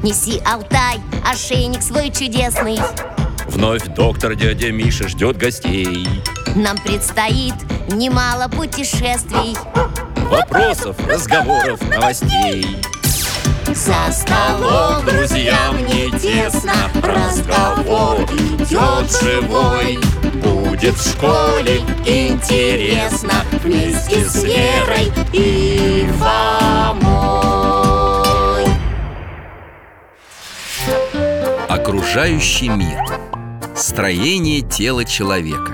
Неси, Алтай, ошейник свой чудесный. Вновь доктор дядя Миша ждет гостей. Нам предстоит немало путешествий, Вопросов, разговоров, новостей. За столом Друзьям не тесно, разговор идет живой. Будет в школе интересно вместе с Верой и Фомой. Окружающий мир. Строение тела человека.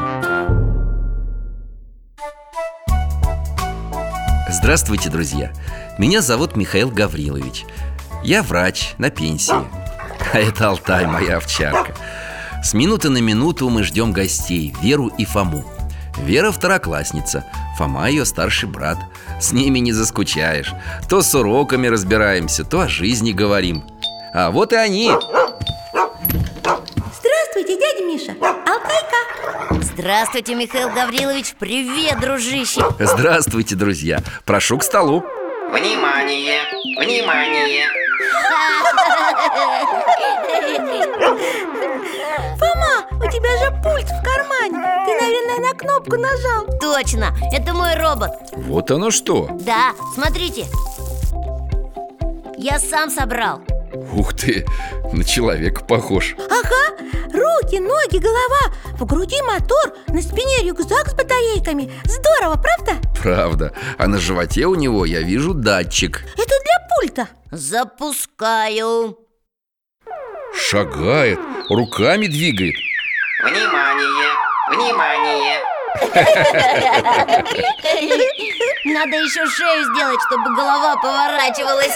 Здравствуйте, друзья! Меня зовут Михаил Гаврилович. Я врач на пенсии. А это Алтай, моя овчарка. С минуты на минуту мы ждем гостей, Веру и Фому. Вера второклассница, Фома ее старший брат. С ними не заскучаешь. То с уроками разбираемся, то о жизни говорим. А вот и они. Здравствуйте, дядя Миша, Алтайка. Здравствуйте, Михаил Гаврилович. Привет, дружище. Здравствуйте, друзья. Прошу к столу. Внимание! Внимание! Фома, у тебя же пульт в кармане. Ты, наверное, на кнопку нажал. Точно, это мой робот. Вот оно что. Да, смотрите. Я сам собрал. Ух ты, на человека похож. Ага, руки, ноги, голова. В груди мотор, на спине рюкзак с батарейками. Здорово, правда? Правда. А на животе у него я вижу датчик. Это для пульта. Запускаю. Шагает, руками двигает. Внимание! Внимание! Надо еще шею сделать, чтобы голова поворачивалась.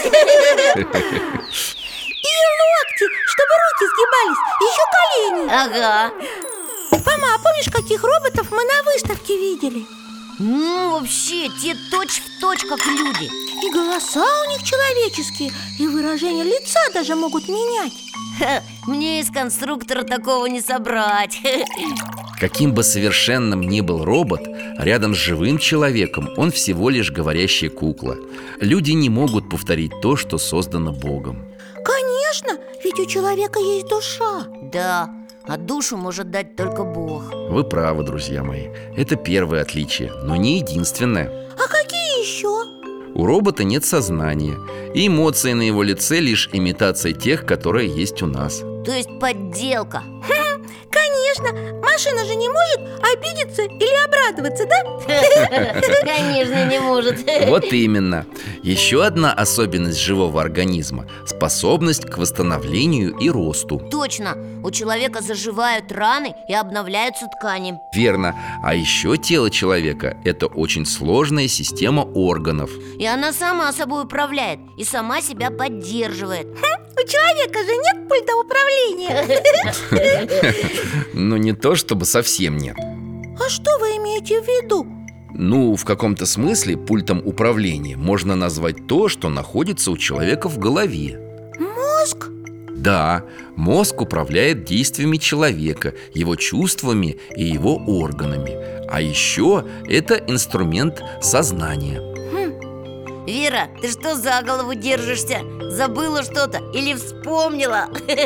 И локти, чтобы руки сгибались. Еще колени. Ага. Фома, а помнишь, каких роботов мы на выставке видели? Ну, вообще, те точь-в-точь, как люди. И голоса у них человеческие, и выражение лица даже могут менять. Ха, мне из конструктора такого не собрать. Каким бы совершенным ни был робот, рядом с живым человеком он всего лишь говорящая кукла. Люди не могут повторить то, что создано Богом. Конечно, ведь у человека есть душа. Да, а душу может дать только Бог. Вы правы, друзья мои. Это первое отличие, но не единственное. А какие еще? У робота нет сознания, и эмоции на его лице лишь имитация тех, которые есть у нас. То есть подделка. Конечно, машина же не может обидеться или обрадоваться, да? Конечно, не может. Вот именно. Еще одна особенность живого организма – способность к восстановлению и росту. Точно, у человека заживают раны и обновляются ткани. Верно. А еще тело человека – это очень сложная система органов. И она сама собой управляет и сама себя поддерживает. У человека же нет пульта управления. Ну, не то чтобы совсем нет. А что вы имеете в виду? Ну, в каком-то смысле пультом управления можно назвать то, что находится у человека в голове. Мозг? Да, мозг управляет действиями человека, его чувствами и его органами. А еще это инструмент сознания. Вера, ты что за голову держишься? Забыла что-то или вспомнила?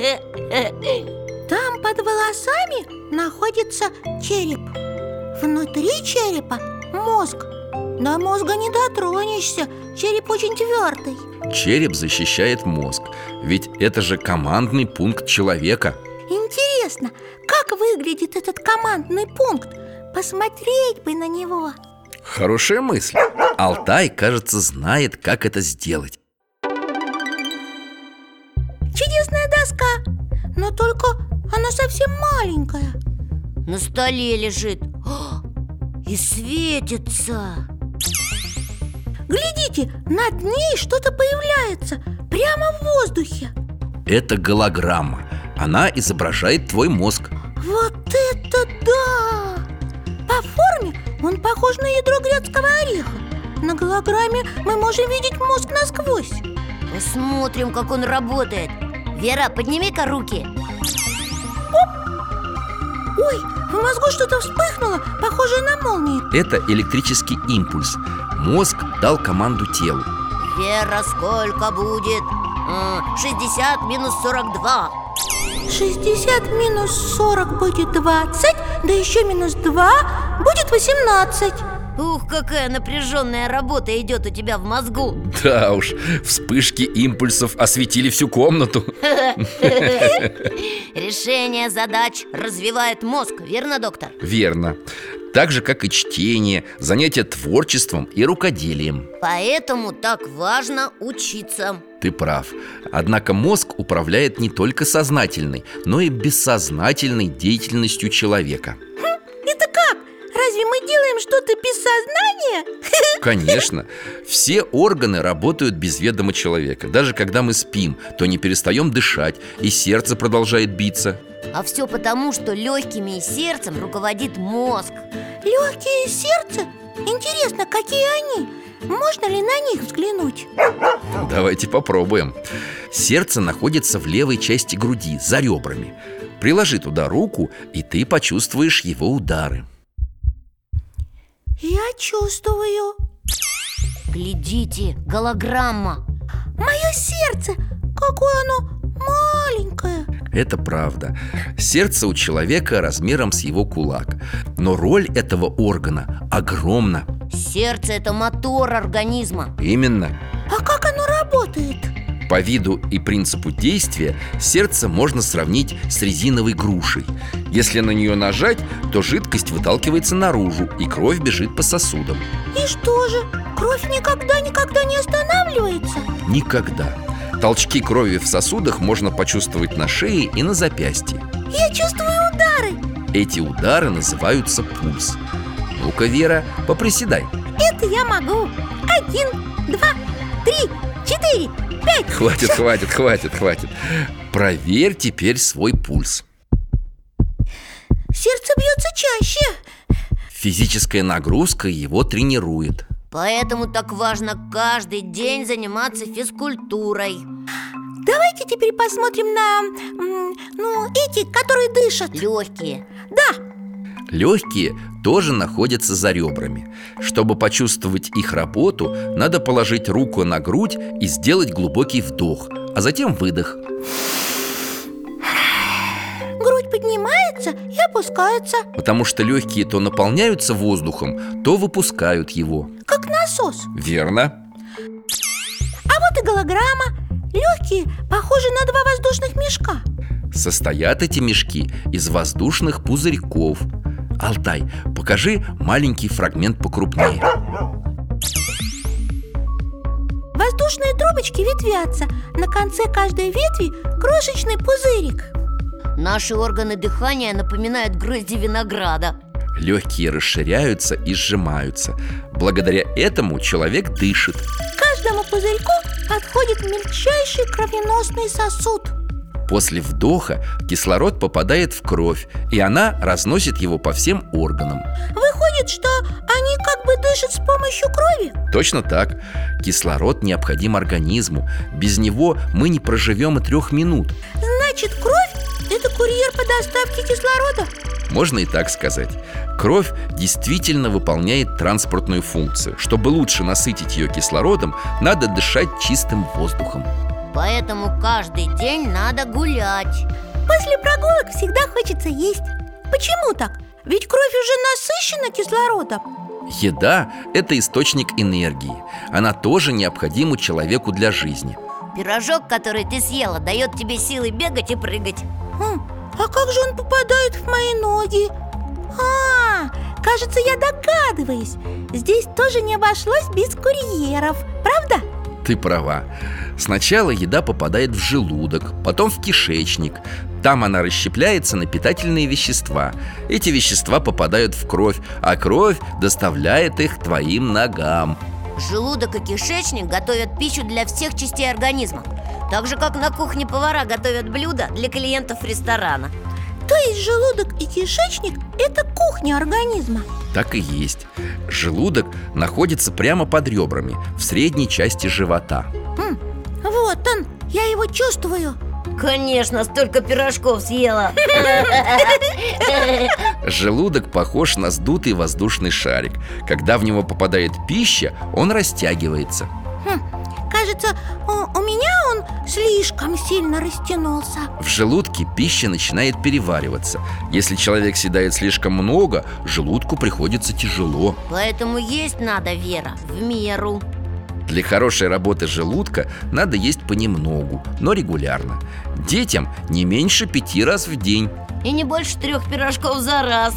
Там под волосами находится череп. Внутри черепа мозг. До мозга не дотронешься, череп очень твердый. Череп защищает мозг, ведь это же командный пункт человека. Интересно, как выглядит этот командный пункт? Посмотреть бы на него. Хорошая мысль. Алтай, кажется, знает, как это сделать. Чудесная доска, но только она совсем маленькая. На столе лежит. И светится. Глядите, над ней что-то появляется прямо в воздухе. Это голограмма. Она изображает твой мозг. Вот это да! По форме он похож на ядро грецкого ореха. На голограмме мы можем видеть мозг насквозь. Посмотрим, как он работает. Вера, подними-ка руки. Ой, в мозгу что-то вспыхнуло, похожее на молнию. Это электрический импульс. Мозг дал команду телу. Вера, сколько будет? 60 минус 42. 60 минус 40 будет 20, да еще минус 2 будет 18. Ух, какая напряженная работа идет у тебя в мозгу. Да уж, вспышки импульсов осветили всю комнату. Решение задач развивает мозг, верно, доктор? Верно. Так же, как и чтение, занятия творчеством и рукоделием. Поэтому так важно учиться. Ты прав. Однако мозг управляет не только сознательной, но и бессознательной деятельностью человека. Это как? Разве мы делаем что-то без сознания? Конечно. Все органы работают без ведома человека. Даже когда мы спим, то не перестаем дышать, и сердце продолжает биться. А все потому, что легкими и сердцем руководит мозг. Легкие и сердце? Интересно, какие они? Можно ли на них взглянуть? Давайте попробуем. Сердце находится в левой части груди, за ребрами. Приложи туда руку, и ты почувствуешь его удары. Я чувствую. Глядите, голограмма. Мое сердце, какое оно маленькое. Это правда. Сердце у человека размером с его кулак. Но роль этого органа огромна. Сердце – это мотор организма. Именно. А как оно работает? По виду и принципу действия сердце можно сравнить с резиновой грушей. Если на нее нажать, то жидкость выталкивается наружу, и кровь бежит по сосудам. И что же, кровь никогда не останавливается? Никогда. Толчки крови в сосудах можно почувствовать на шее и на запястье. Я чувствую удары. Эти удары называются пульс. Ну-ка, Вера, поприседай. Это я могу. 1, 2, 3, 4, 5. Хватит. Проверь теперь свой пульс. Сердце бьется чаще. Физическая нагрузка его тренирует. Поэтому так важно каждый день заниматься физкультурой. Давайте теперь посмотрим на, эти, которые дышат. Легкие. Да. Легкие тоже находятся за ребрами. Чтобы почувствовать их работу, надо положить руку на грудь и сделать глубокий вдох, а затем выдох. Грудь поднимается и опускается, Потому что легкие то наполняются воздухом, то выпускают его. как насос. Верно? А вот и голограмма. Легкие похожи на 2 воздушных мешка. Состоят эти мешки из воздушных пузырьков. Алтай, покажи маленький фрагмент покрупнее. Воздушные трубочки ветвятся. На конце каждой ветви крошечный пузырик. Наши органы дыхания напоминают грозди винограда. Легкие расширяются и сжимаются. Благодаря этому человек дышит. К каждому пузырьку подходит мельчайший кровеносный сосуд. После вдоха кислород попадает в кровь, и она разносит его по всем органам. Выходит, что они как бы дышат с помощью крови? Точно так. Кислород необходим организму. Без него мы не проживем и 3 минут. Значит, кровь – это курьер по доставке кислорода? Можно и так сказать. Кровь действительно выполняет транспортную функцию. Чтобы лучше насытить ее кислородом, надо дышать чистым воздухом. Поэтому каждый день надо гулять. После прогулок всегда хочется есть. Почему так? Ведь кровь уже насыщена кислородом. Еда – это источник энергии. Она тоже необходима человеку для жизни. Пирожок, который ты съела, дает тебе силы бегать и прыгать. А как же он попадает в мои ноги? Кажется, я догадываюсь. Здесь тоже не обошлось без курьеров, правда? Ты права. Сначала еда попадает в желудок, потом в кишечник. Там она расщепляется на питательные вещества. Эти вещества попадают в кровь, а кровь доставляет их к твоим ногам. Желудок и кишечник готовят пищу для всех частей организма. Так же, как на кухне повара готовят блюда для клиентов ресторана. То есть желудок и кишечник – это кухня организма? Так и есть. Желудок находится прямо под ребрами, в средней части живота. Вот он, я его чувствую. Конечно, столько пирожков съела. Желудок похож на сдутый воздушный шарик. Когда в него попадает пища, он растягивается. Кажется, у меня он он слишком сильно растянулся. В желудке пища начинает перевариваться. Если человек съедает слишком много, желудку приходится тяжело. Поэтому есть надо, Вера, в меру. Для хорошей работы желудка надо есть понемногу, но регулярно. Детям не меньше 5 раз в день. И не больше 3 пирожков за раз.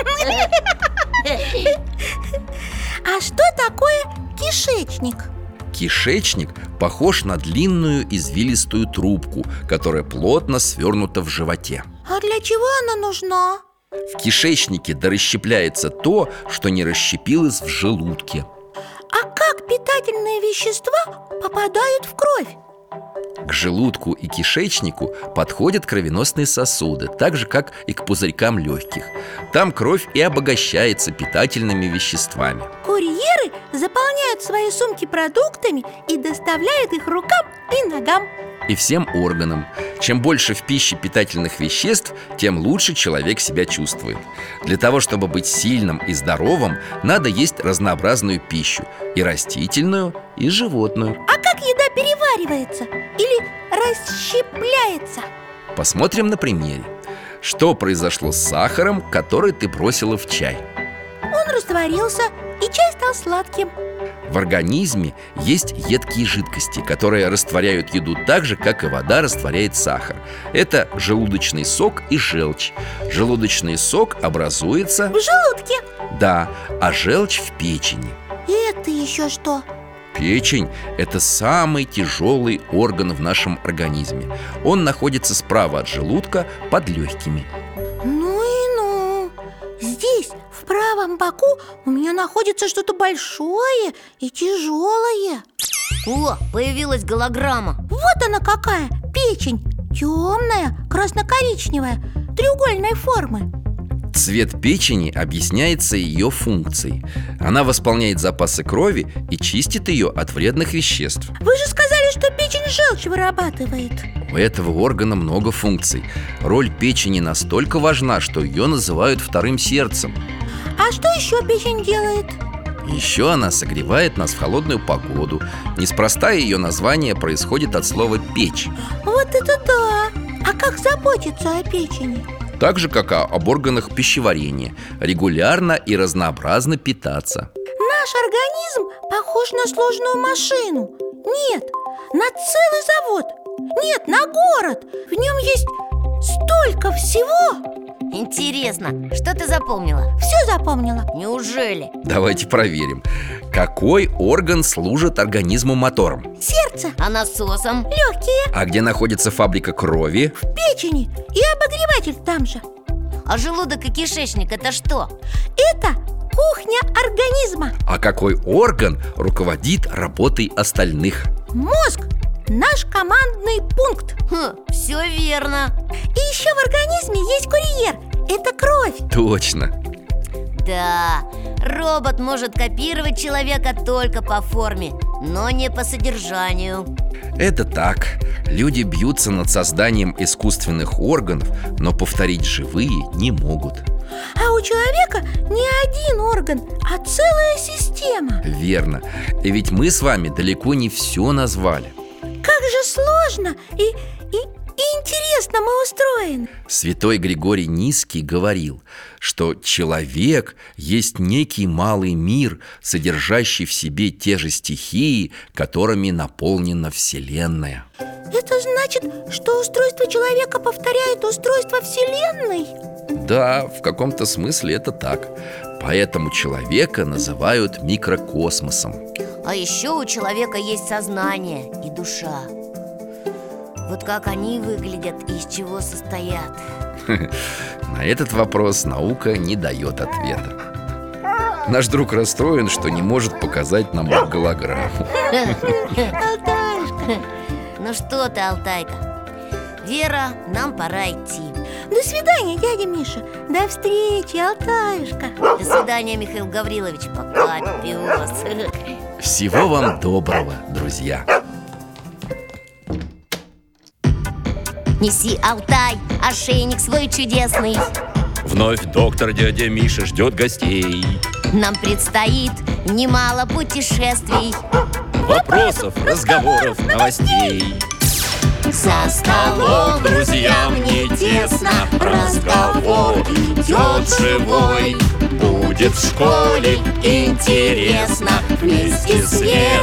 А что такое кишечник? Кишечник похож на длинную извилистую трубку, которая плотно свернута в животе. А для чего она нужна? В кишечнике дорасщепляется то, что не расщепилось в желудке. А как питательные вещества попадают в кровь? К желудку и кишечнику подходят кровеносные сосуды, так же, как и к пузырькам легких. Там кровь и обогащается питательными веществами. Курьеры заполняют свои сумки продуктами и доставляют их рукам и ногам. И всем органам. Чем больше в пище питательных веществ, тем лучше человек себя чувствует. Для того, чтобы быть сильным и здоровым, надо есть разнообразную пищу. И растительную, и животную. А как еда переваривается или расщепляется? Посмотрим на примере. Что произошло с сахаром, который ты бросила в чай? Он растворился, и чай стал сладким. В организме есть едкие жидкости, которые растворяют еду так же, как и вода растворяет сахар. Это желудочный сок и желчь. Желудочный сок образуется... В желудке. Да, а желчь в печени. Это еще что? Печень – это самый тяжелый орган в нашем организме. Он находится справа от желудка, под легкими. Ну и ну. Здесь, в правом боку, у меня находится что-то большое и тяжелое. О, появилась голограмма. Вот она какая, печень. Темная, красно-коричневая, треугольной формы. Цвет печени объясняется ее функцией. Она восполняет запасы крови и чистит ее от вредных веществ. Вы же сказали, что печень желчь вырабатывает. У этого органа много функций. Роль печени настолько важна, что ее называют вторым сердцем. А что еще печень делает? Еще она согревает нас в холодную погоду. Неспроста ее название происходит от слова «печь». Вот это да! А как заботиться о печени? Так же, как об органах пищеварения. Регулярно и разнообразно питаться. Наш организм похож на сложную машину. Нет, на целый завод. Нет, на город. В нем есть столько всего. Интересно, что ты запомнила? Все запомнила. Неужели? Давайте проверим. Какой орган служит организму мотором? Сердце, А насосом? легкие, А где находится фабрика крови? в печени и обогреватель там же. А желудок и кишечник это что? Это кухня организма. А какой орган руководит работой остальных? Мозг – наш командный пункт. Все верно. И еще в организме есть курьер. Это кровь. Точно. Да, робот может копировать человека только по форме, но не по содержанию. Это так. Люди бьются над созданием искусственных органов, но повторить живые не могут. А у человека не один орган, а целая система. Верно. И ведь мы с вами далеко не все назвали. Как же сложно и интересно мы устроены. Святой Григорий Низкий говорил, что человек есть некий малый мир, содержащий в себе те же стихии, которыми наполнена Вселенная. Это значит, что устройство человека повторяет устройство Вселенной? Да, в каком-то смысле это так. Поэтому человека называют микрокосмосом. А еще у человека есть сознание и душа. Вот как они выглядят и из чего состоят? На этот вопрос наука не дает ответа. Наш друг расстроен, что не может показать нам голограмму. Алтаюшка. Ну что ты, Алтайка? Вера, нам пора идти. До свидания, дядя Миша. До встречи, Алтаюшка. До свидания, Михаил Гаврилович. Пока, пес. Всего вам доброго, друзья. Неси, Алтай, ошейник свой чудесный. Вновь доктор дядя Миша ждет гостей. Нам предстоит немало путешествий. Вопросов, разговоров, новостей. За столом друзьям не тесно, разговор идет живой. Будет в школе интересно, вместе с